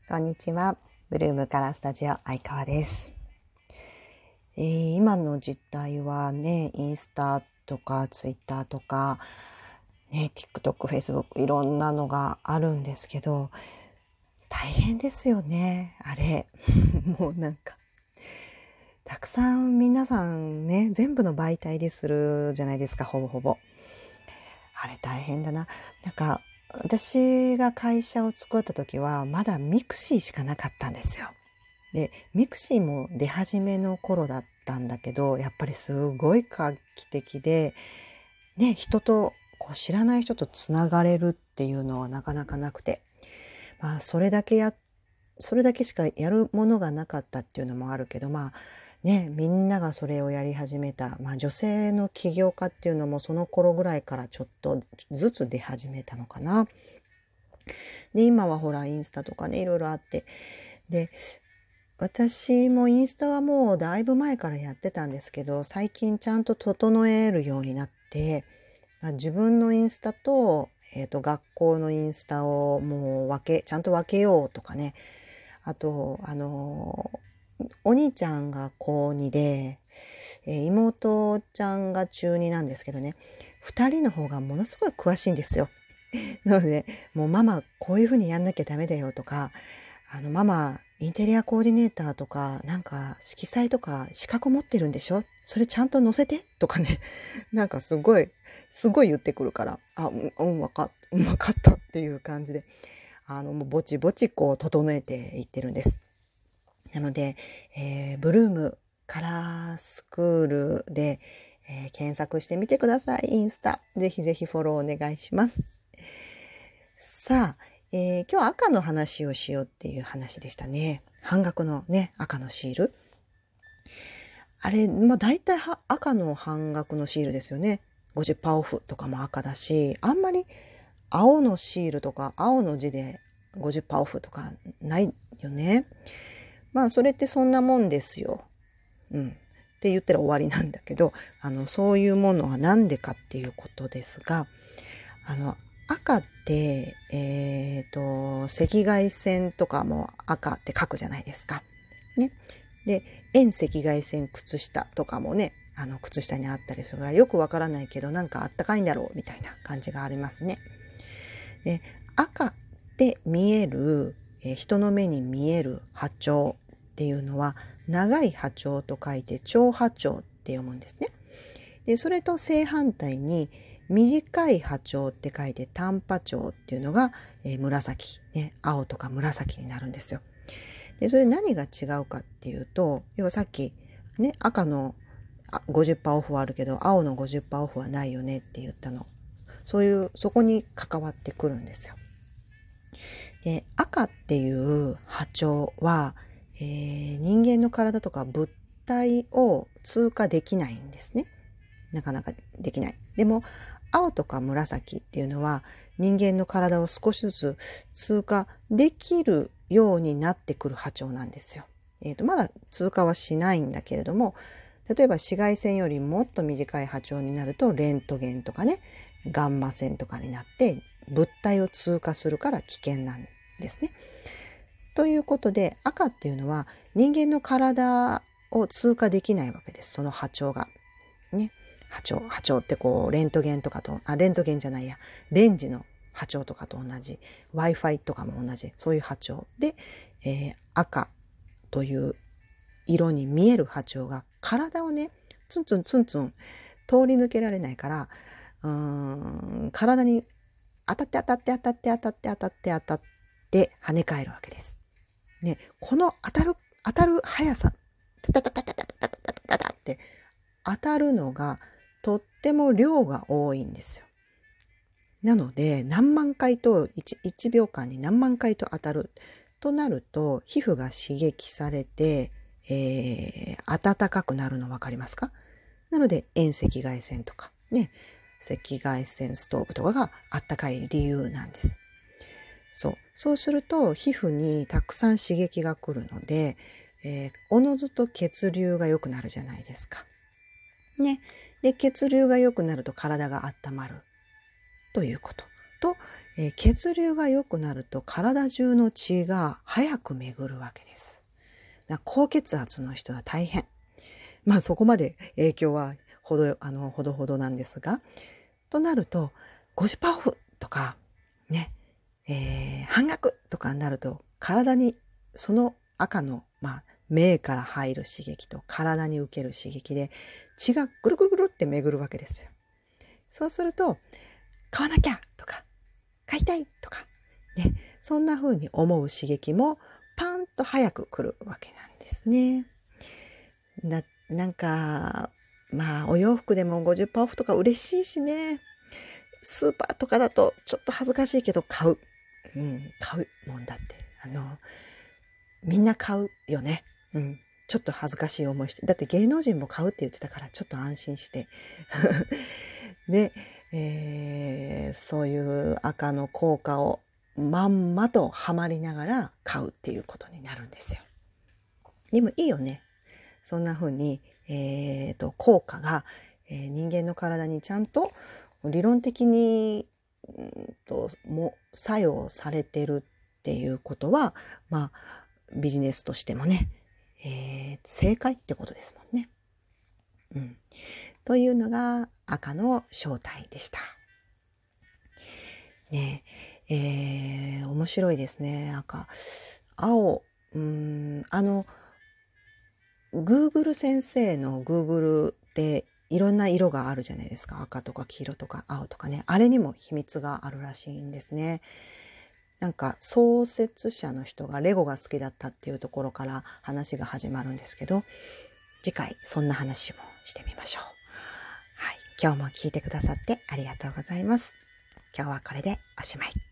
こんにちは。ブルームからスタジオ相川です。今の時代はね、インスタとかツイッターとか、ね、TikTok、Facebook いろんなのがあるんですけど、大変ですよね、あれ。もうなんか、たくさん皆さんね、全部の媒体でするじゃないですか、ほぼほぼ。あれ大変だな。なんか、私が会社を作った時は、まだミクシーしかなかったんですよ。で、ミクシーも出始めの頃だったんだけど、やっぱりすごい画期的で、ね、人と、知らない人とつながれるっていうのはなかなかなくて、まあ、それだけしかやるものがなかったっていうのもあるけど、まあ、ね、みんながそれをやり始めた、まあ、女性の起業家っていうのもその頃ぐらいからちょっとずつ出始めたのかな。で、今はほら、インスタとかね、いろいろあって、で、私もインスタはもうだいぶ前からやってたんですけど、最近ちゃんと整えるようになって、自分のインスタと、学校のインスタをもうちゃんと分けようとかね。あと、お兄ちゃんが高2で、妹ちゃんが中2なんですけどね、二人の方がものすごい詳しいんですよ。なので、もうママこういうふうにやんなきゃダメだよとか、ママ、インテリアコーディネーターとか、なんか色彩とか資格持ってるんでしょ、それちゃんと載せてとかね。なんかすごい言ってくるから、わかったっていう感じで、もうぼちぼち整えていってるんです。なので、ブルームカラースクールで、検索してみてください。インスタ。ぜひぜひフォローお願いします。さあ、今日は赤の話をしようっていう話でしたね。半額のね、赤のシール。あれ、まあ大体赤の半額のシールですよね。50%オフとかも赤だし、あんまり青のシールとか青の字で50%オフとかないよね。まあそれってそんなもんですよ。うん。って言ったら終わりなんだけど、そういうものはなんでかっていうことですが、あの、赤って、赤外線とかも赤って書くじゃないですか。ね。で、遠赤外線靴下とかもね、靴下にあったりするからよくわからないけど、なんかあったかいんだろうみたいな感じがありますね。で、赤って見える、人の目に見える波長っていうのは、長い波長と書いて長波長って読むんですね。で、それと正反対に短い波長って書いて短波長っていうのが、紫、ね、青とか紫になるんですよ。で、それ何が違うかっていうと、要はさっきね、赤の50%オフはあるけど、青の50%オフはないよねって言ったの。そこに関わってくるんですよ。で、赤っていう波長は、人間の体とか物体を通過できないんですね。なかなかできない。でも、青とか紫っていうのは人間の体を少しずつ通過できるようになってくる波長なんですよ。まだ通過はしないんだけれども、例えば紫外線よりもっと短い波長になるとレントゲンとかね、ガンマ線とかになって物体を通過するから危険なんですね。ということで、赤っていうのは人間の体を通過できないわけです。その波長が。ね。波長ってレントゲンとかと、レントゲンじゃないや、レンジの波長とかと同じ、Wi-Fi とかも同じ、そういう波長で、赤という色に見える波長が体をね、ツンツンツンツン通り抜けられないから、体に当たって当たって当たって当たって当たって当たって跳ね返るわけです。ね、この当たる速さ、タタタタタタタタタタタって当たるのがとっても量が多いんですよ。なので、何万回と1秒間に何万回と当たるとなると、皮膚が刺激されて、暖かくなるの分かりますか？なので、遠赤外線とか、ね、赤外線ストーブとかがあったかい理由なんです。そう。そうすると、皮膚にたくさん刺激が来るので、おのずと血流が良くなるじゃないですか。ね。で、血流が良くなると体が温まるということと、 血流が良くなると体中の血が早く巡るわけです。だから高血圧の人は大変。まあそこまで影響はほどほどなんですが、となると50%オフとかね、半額とかになると体にその赤の、目から入る刺激と体に受ける刺激で血がぐるぐるぐるって巡るわけですよ。そうすると買わなきゃとか買いたいとかね、そんな風に思う刺激もパンと早く来るわけなんですね。なんかお洋服でも50%オフとか嬉しいしね、スーパーとかだとちょっと恥ずかしいけど買う。買うもんだって。みんな買うよね。ちょっと恥ずかしい思いして。だって芸能人も買うって言ってたからちょっと安心して。で、そういう赤の効果をまんまとハマりながら買うっていうことになるんですよ。でもいいよね。そんな風に、効果が、人間の体にちゃんと理論的にも作用されてるっていうことは、ビジネスとしてもね、正解ってことですもんね。というのが赤の正体でした。ね面白いですね。赤。青。Google 先生の Google っていろんな色があるじゃないですか。赤とか黄色とか青とかね。あれにも秘密があるらしいんですね。なんか創設者の人がレゴが好きだったっていうところから話が始まるんですけど、次回そんな話もしてみましょう。はい。今日も聞いてくださってありがとうございます。今日はこれでおしまい。